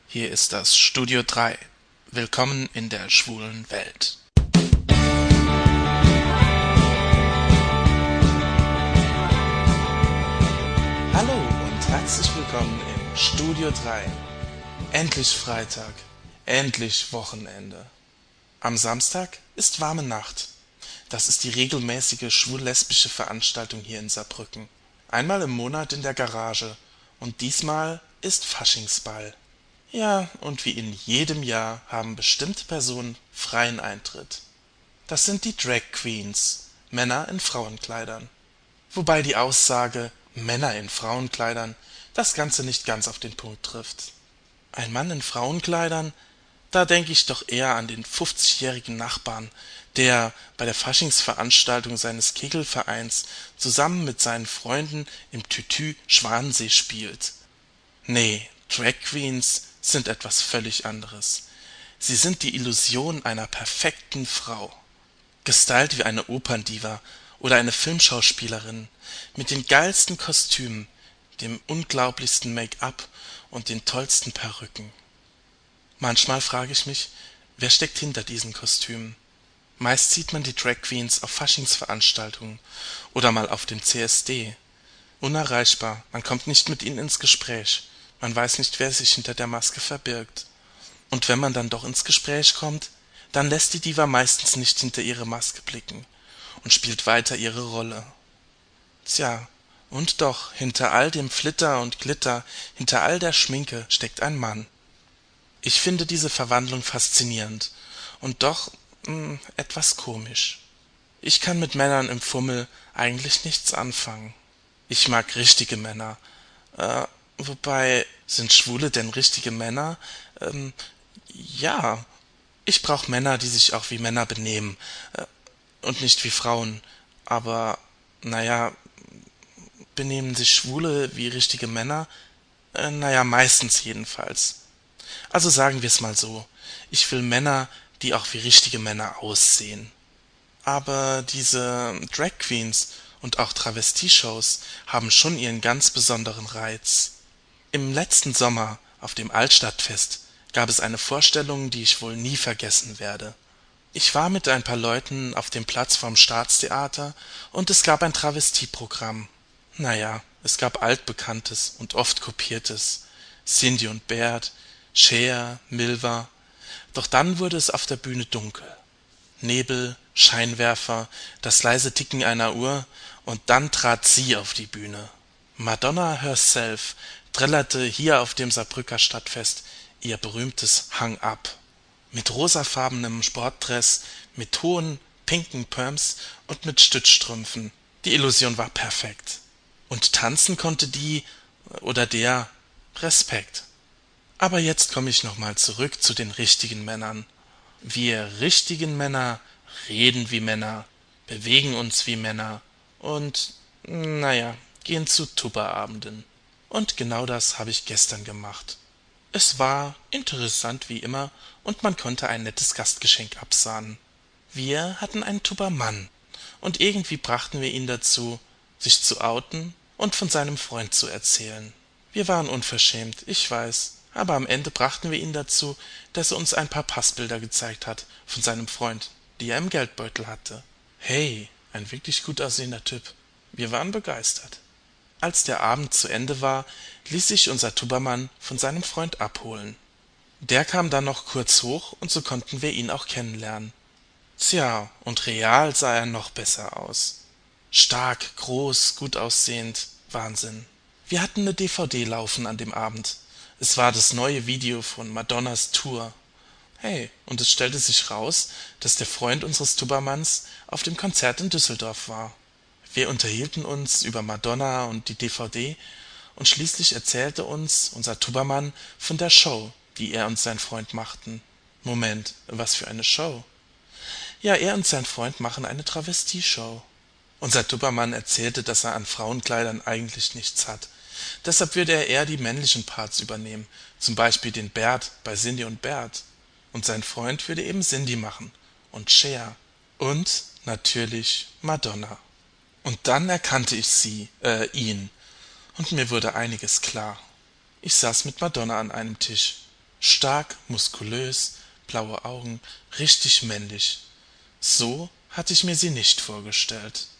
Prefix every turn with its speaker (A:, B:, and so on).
A: Hier ist das Studio 3. Willkommen in der schwulen Welt. Hallo und herzlich willkommen im Studio 3. Endlich Freitag, endlich Wochenende. Am Samstag ist warme Nacht. Das ist die regelmäßige schwul-lesbische Veranstaltung hier in Saarbrücken. Einmal im Monat in der Garage und diesmal ist Faschingsball. Ja, und wie in jedem Jahr haben bestimmte Personen freien Eintritt. Das sind die Drag Queens, Männer in Frauenkleidern. Wobei die Aussage Männer in Frauenkleidern das Ganze nicht ganz auf den Punkt trifft. Ein Mann in Frauenkleidern, da denke ich doch eher an den 50-jährigen Nachbarn, der bei der Faschingsveranstaltung seines Kegelvereins zusammen mit seinen Freunden im Tütü Schwanensee spielt. Nee, Drag Queens sind etwas völlig anderes. Sie sind die Illusion einer perfekten Frau. Gestylt wie eine Operndiva oder eine Filmschauspielerin, mit den geilsten Kostümen, dem unglaublichsten Make-up und den tollsten Perücken. Manchmal frage ich mich, wer steckt hinter diesen Kostümen? Meist sieht man die Drag Queens auf Faschingsveranstaltungen oder mal auf dem CSD. Unerreichbar, man kommt nicht mit ihnen ins Gespräch, man weiß nicht, wer sich hinter der Maske verbirgt. Und wenn man dann doch ins Gespräch kommt, dann lässt die Diva meistens nicht hinter ihre Maske blicken und spielt weiter ihre Rolle. Tja, und doch, hinter all dem Flitter und Glitter, hinter all der Schminke steckt ein Mann. Ich finde diese Verwandlung faszinierend und doch etwas komisch. Ich kann mit Männern im Fummel eigentlich nichts anfangen. Ich mag richtige Männer. Wobei, sind Schwule denn richtige Männer? Ja, ich brauch Männer, die sich auch wie Männer benehmen, und nicht wie Frauen. Aber, naja, benehmen sich Schwule wie richtige Männer? Naja, meistens jedenfalls. Also sagen wir's mal so. Ich will Männer, die auch wie richtige Männer aussehen. Aber diese Drag Queens und auch Travestie-Shows haben schon ihren ganz besonderen Reiz. Im letzten Sommer auf dem Altstadtfest gab es eine Vorstellung, die ich wohl nie vergessen werde. Ich war mit ein paar Leuten auf dem Platz vorm Staatstheater und es gab ein Travestieprogramm. Naja, es gab Altbekanntes und oft Kopiertes. Cindy und Bert, Cher, Milva. Doch dann wurde es auf der Bühne dunkel. Nebel, Scheinwerfer, das leise Ticken einer Uhr, und dann trat sie auf die Bühne. Madonna herself trällerte hier auf dem Saarbrücker Stadtfest ihr berühmtes Hang Up. Mit rosafarbenem Sportdress, mit hohen, pinken Perms und mit Stützstrümpfen. Die Illusion war perfekt. Und tanzen konnte die oder der Respekt. Aber jetzt komme ich nochmal zurück zu den richtigen Männern. Wir richtigen Männer reden wie Männer, bewegen uns wie Männer und, naja, gehen zu Tupperabenden. Und genau das habe ich gestern gemacht. Es war interessant wie immer und man konnte ein nettes Gastgeschenk absahnen. Wir hatten einen Tuppermann und irgendwie brachten wir ihn dazu, sich zu outen und von seinem Freund zu erzählen. Wir waren unverschämt, ich weiß, aber am Ende brachten wir ihn dazu, dass er uns ein paar Passbilder gezeigt hat von seinem Freund, die er im Geldbeutel hatte. Hey, ein wirklich gut aussehender Typ. Wir waren begeistert. Als der Abend zu Ende war, ließ sich unser Tuppermann von seinem Freund abholen. Der kam dann noch kurz hoch und so konnten wir ihn auch kennenlernen. Tja, und real sah er noch besser aus. Stark, groß, gut aussehend, Wahnsinn. Wir hatten eine DVD laufen an dem Abend. Es war das neue Video von Madonnas Tour. Hey, und es stellte sich raus, dass der Freund unseres Tuppermanns auf dem Konzert in Düsseldorf war. Wir unterhielten uns über Madonna und die DVD und schließlich erzählte uns unser Tuppermann von der Show, die er und sein Freund machten. Moment, was für eine Show? Ja, er und sein Freund machen eine Travestie-Show. Unser Tuppermann erzählte, dass er an Frauenkleidern eigentlich nichts hat. Deshalb würde er eher die männlichen Parts übernehmen, zum Beispiel den Bert bei Cindy und Bert. Und sein Freund würde eben Cindy machen und Cher und natürlich Madonna. Und dann erkannte ich ihn, und mir wurde einiges klar. Ich saß mit Madonna an einem Tisch. Stark, muskulös, blaue Augen, richtig männlich. So hatte ich mir sie nicht vorgestellt.